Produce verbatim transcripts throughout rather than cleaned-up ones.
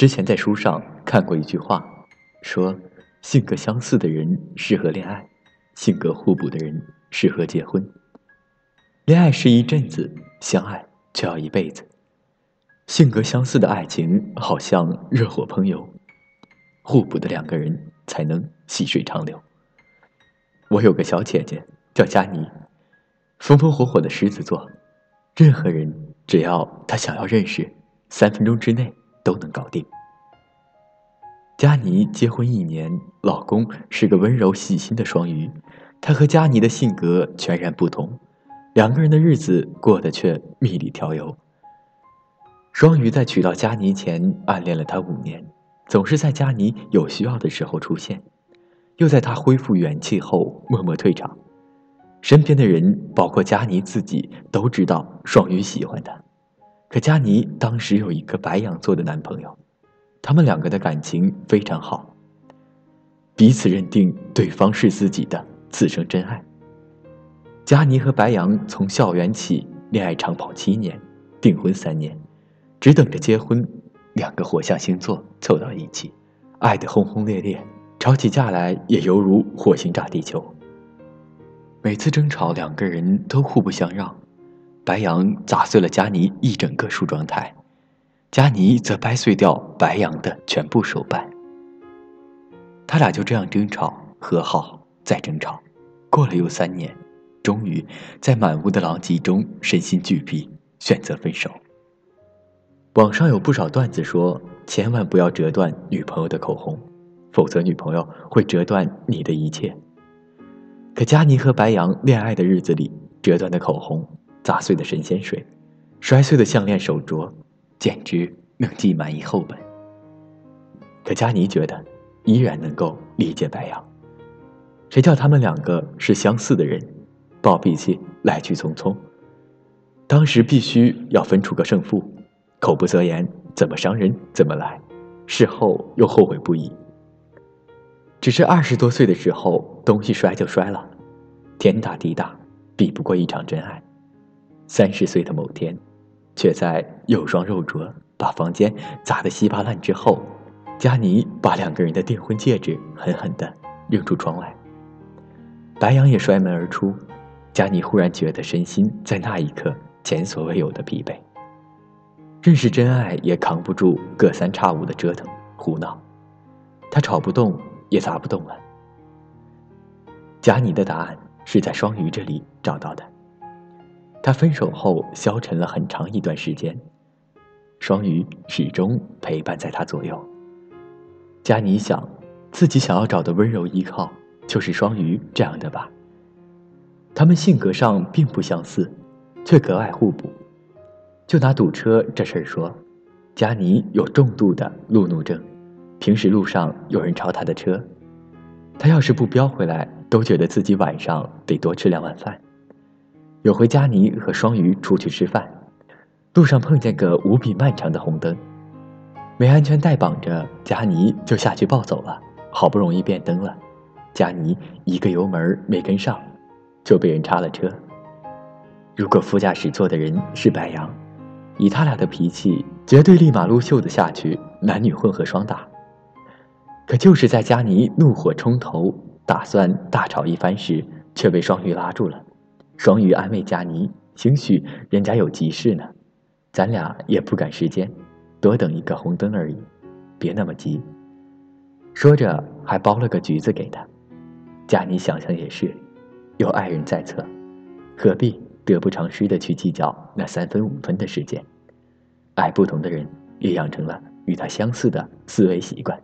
之前在书上看过一句话，说性格相似的人适合恋爱，性格互补的人适合结婚。恋爱是一阵子，相爱却要一辈子。性格相似的爱情好像热火烹油，互补的两个人才能细水长流。我有个小姐姐叫佳妮，风风火火的狮子座，任何人只要她想要认识，三分钟之内都能搞定。佳妮结婚一年，老公是个温柔细心的双鱼，他和佳妮的性格全然不同，两个人的日子过得却蜜里调油。双鱼在娶到佳妮前暗恋了她五年，总是在佳妮有需要的时候出现，又在她恢复元气后默默退场。身边的人，包括佳妮自己，都知道双鱼喜欢她。可佳妮当时有一个白羊座的男朋友，他们两个的感情非常好，彼此认定对方是自己的此生真爱。佳妮和白羊从校园起恋爱长跑七年，订婚三年，只等着结婚。两个火象星座凑到一起，爱得轰轰烈烈，吵起架来也犹如火星炸地球。每次争吵，两个人都互不相让。白羊砸碎了佳妮一整个梳妆台，佳妮则掰碎掉白羊的全部手办。他俩就这样争吵，和好，再争吵，过了又三年，终于在满屋的狼藉中身心俱疲，选择分手。网上有不少段子说，千万不要折断女朋友的口红，否则女朋友会折断你的一切。可佳妮和白羊恋爱的日子里，折断的口红，砸碎的神仙水，摔碎的项链手镯，简直能记满一厚本。可佳妮觉得依然能够理解白羊，谁叫他们两个是相似的人，暴脾气来去匆匆。当时必须要分出个胜负，口不择言，怎么伤人怎么来，事后又后悔不已。只是二十多岁的时候，东西摔就摔了，天大地大，比不过一场真爱。三十岁的某天，却在有双肉镯把房间砸得稀巴烂之后，佳妮把两个人的订婚戒指狠狠地扔出窗外。白羊也摔门而出，佳妮忽然觉得身心在那一刻前所未有的疲惫。认识真爱也扛不住隔三差五的折腾胡闹，她吵不动也砸不动了。佳妮的答案是在双鱼这里找到的。他分手后消沉了很长一段时间，双鱼始终陪伴在他左右。佳妮想，自己想要找的温柔依靠就是双鱼这样的吧。他们性格上并不相似，却格外互补。就拿堵车这事儿说，佳妮有重度的路怒症，平时路上有人超她的车，她要是不飙回来，都觉得自己晚上得多吃两碗饭。有回佳妮和双鱼出去吃饭，路上碰见个无比漫长的红灯，没安全带绑着，佳妮就下去暴走了，好不容易变灯了，佳妮一个油门没跟上，就被人插了车。如果副驾驶座的人是白羊，以他俩的脾气，绝对立马撸袖子下去，男女混合双打。可就是在佳妮怒火冲头，打算大吵一番时，却被双鱼拉住了。双鱼安慰佳妮，兴许人家有急事呢，咱俩也不赶时间，多等一个红灯而已，别那么急。说着还包了个橘子给她。佳妮想想也是，有爱人在侧，何必得不偿失地去计较那三分五分的时间。爱不同的人也养成了与他相似的思维习惯。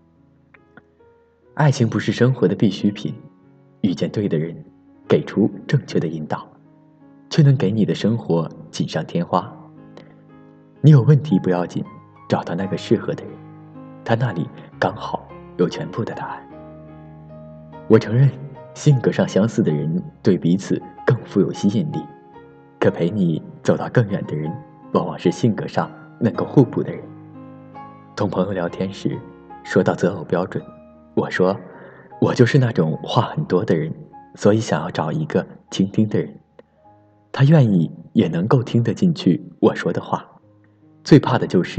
爱情不是生活的必需品，遇见对的人，给出正确的引导，却能给你的生活锦上添花。你有问题不要紧，找到那个适合的人，他那里刚好有全部的答案。我承认，性格上相似的人对彼此更富有吸引力，可陪你走到更远的人，往往是性格上能够互补的人。同朋友聊天时，说到择偶标准，我说我就是那种话很多的人，所以想要找一个倾听的人，他愿意也能够听得进去我说的话，最怕的就是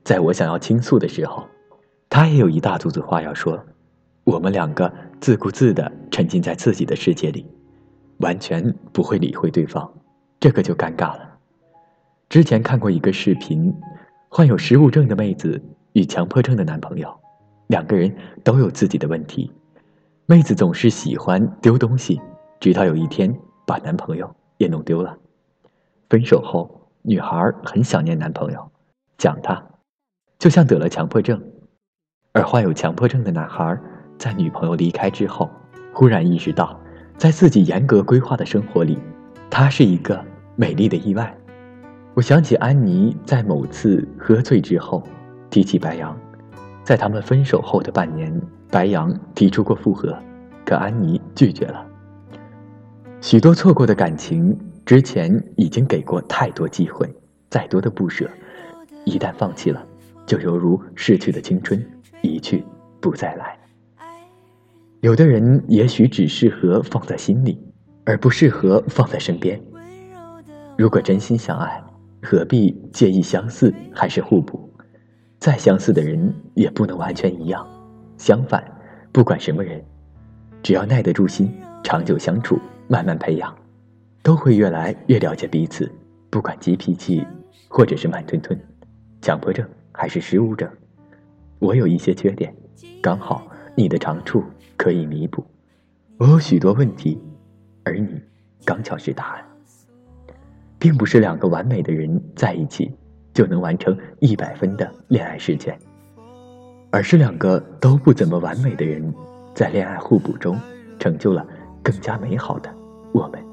在我想要倾诉的时候，他也有一大肚子话要说。我们两个自顾自地沉浸在自己的世界里，完全不会理会对方，这个就尴尬了。之前看过一个视频，患有食物症的妹子与强迫症的男朋友，两个人都有自己的问题。妹子总是喜欢丢东西，直到有一天把男朋友也弄丢了。分手后，女孩很想念男朋友，想他，就像得了强迫症。而患有强迫症的男孩在女朋友离开之后，忽然意识到，在自己严格规划的生活里，她是一个美丽的意外。我想起安妮在某次喝醉之后提起白羊，在他们分手后的半年，白羊提出过复合，可安妮拒绝了。许多错过的感情，之前已经给过太多机会，再多的不舍，一旦放弃了，就犹如逝去的青春，一去不再来。有的人也许只适合放在心里，而不适合放在身边。如果真心相爱，何必介意相似还是互补？再相似的人也不能完全一样。相反，不管什么人，只要耐得住心，长久相处，慢慢培养，都会越来越了解彼此。不管急脾气或者是慢吞吞，强迫症还是失误症，我有一些缺点，刚好你的长处可以弥补。我有许多问题，而你刚巧是答案。并不是两个完美的人在一起就能完成一百分的恋爱事件，而是两个都不怎么完美的人在恋爱互补中成就了更加美好的我们。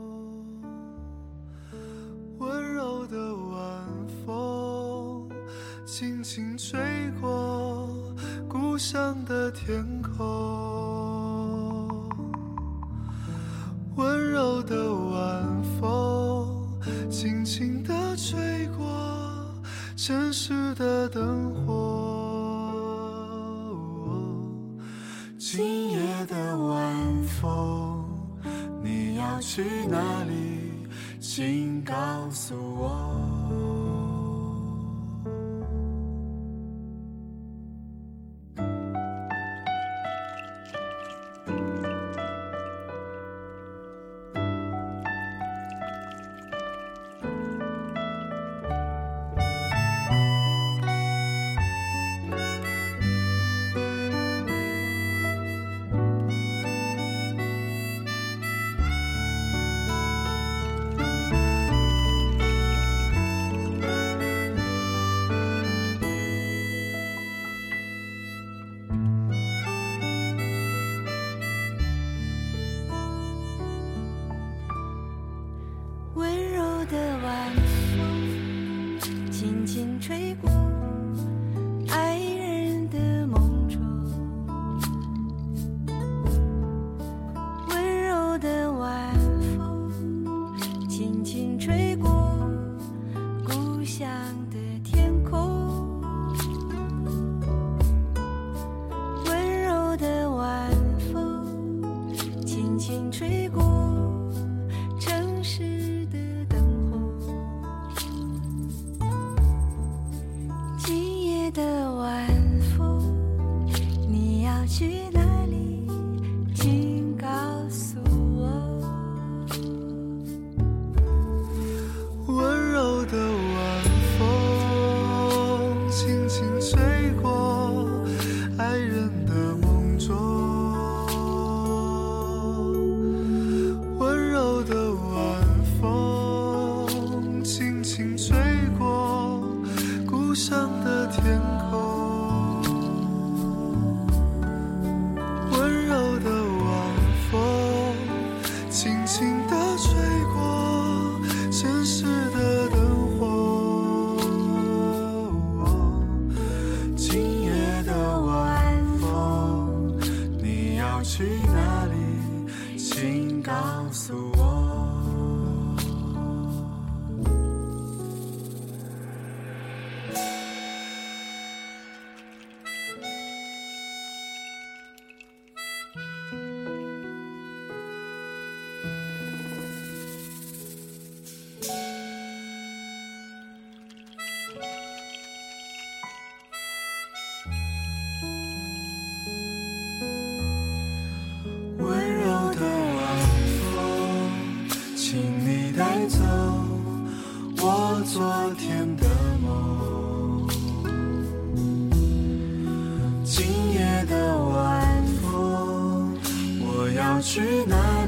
温柔的晚风轻轻吹过故乡的天空，温柔的晚风轻轻地吹过城市的灯火，今夜的晚风，你要去哪里？请告诉我。 的晚风轻轻吹过爱人的梦中，温柔的晚风轻轻吹过故乡的天空，温柔的晚风轻轻吹过城市的的晚风，你要去哪里？请告诉我。 温柔的晚风轻轻吹过爱人的梦中，温柔的晚风轻轻吹过故乡的天空，温柔的晚风轻轻地吹过城市的灯火，今夜的晚风，你要去哪里？请告诉我。 昨天的梦。今夜的晚风，我要去哪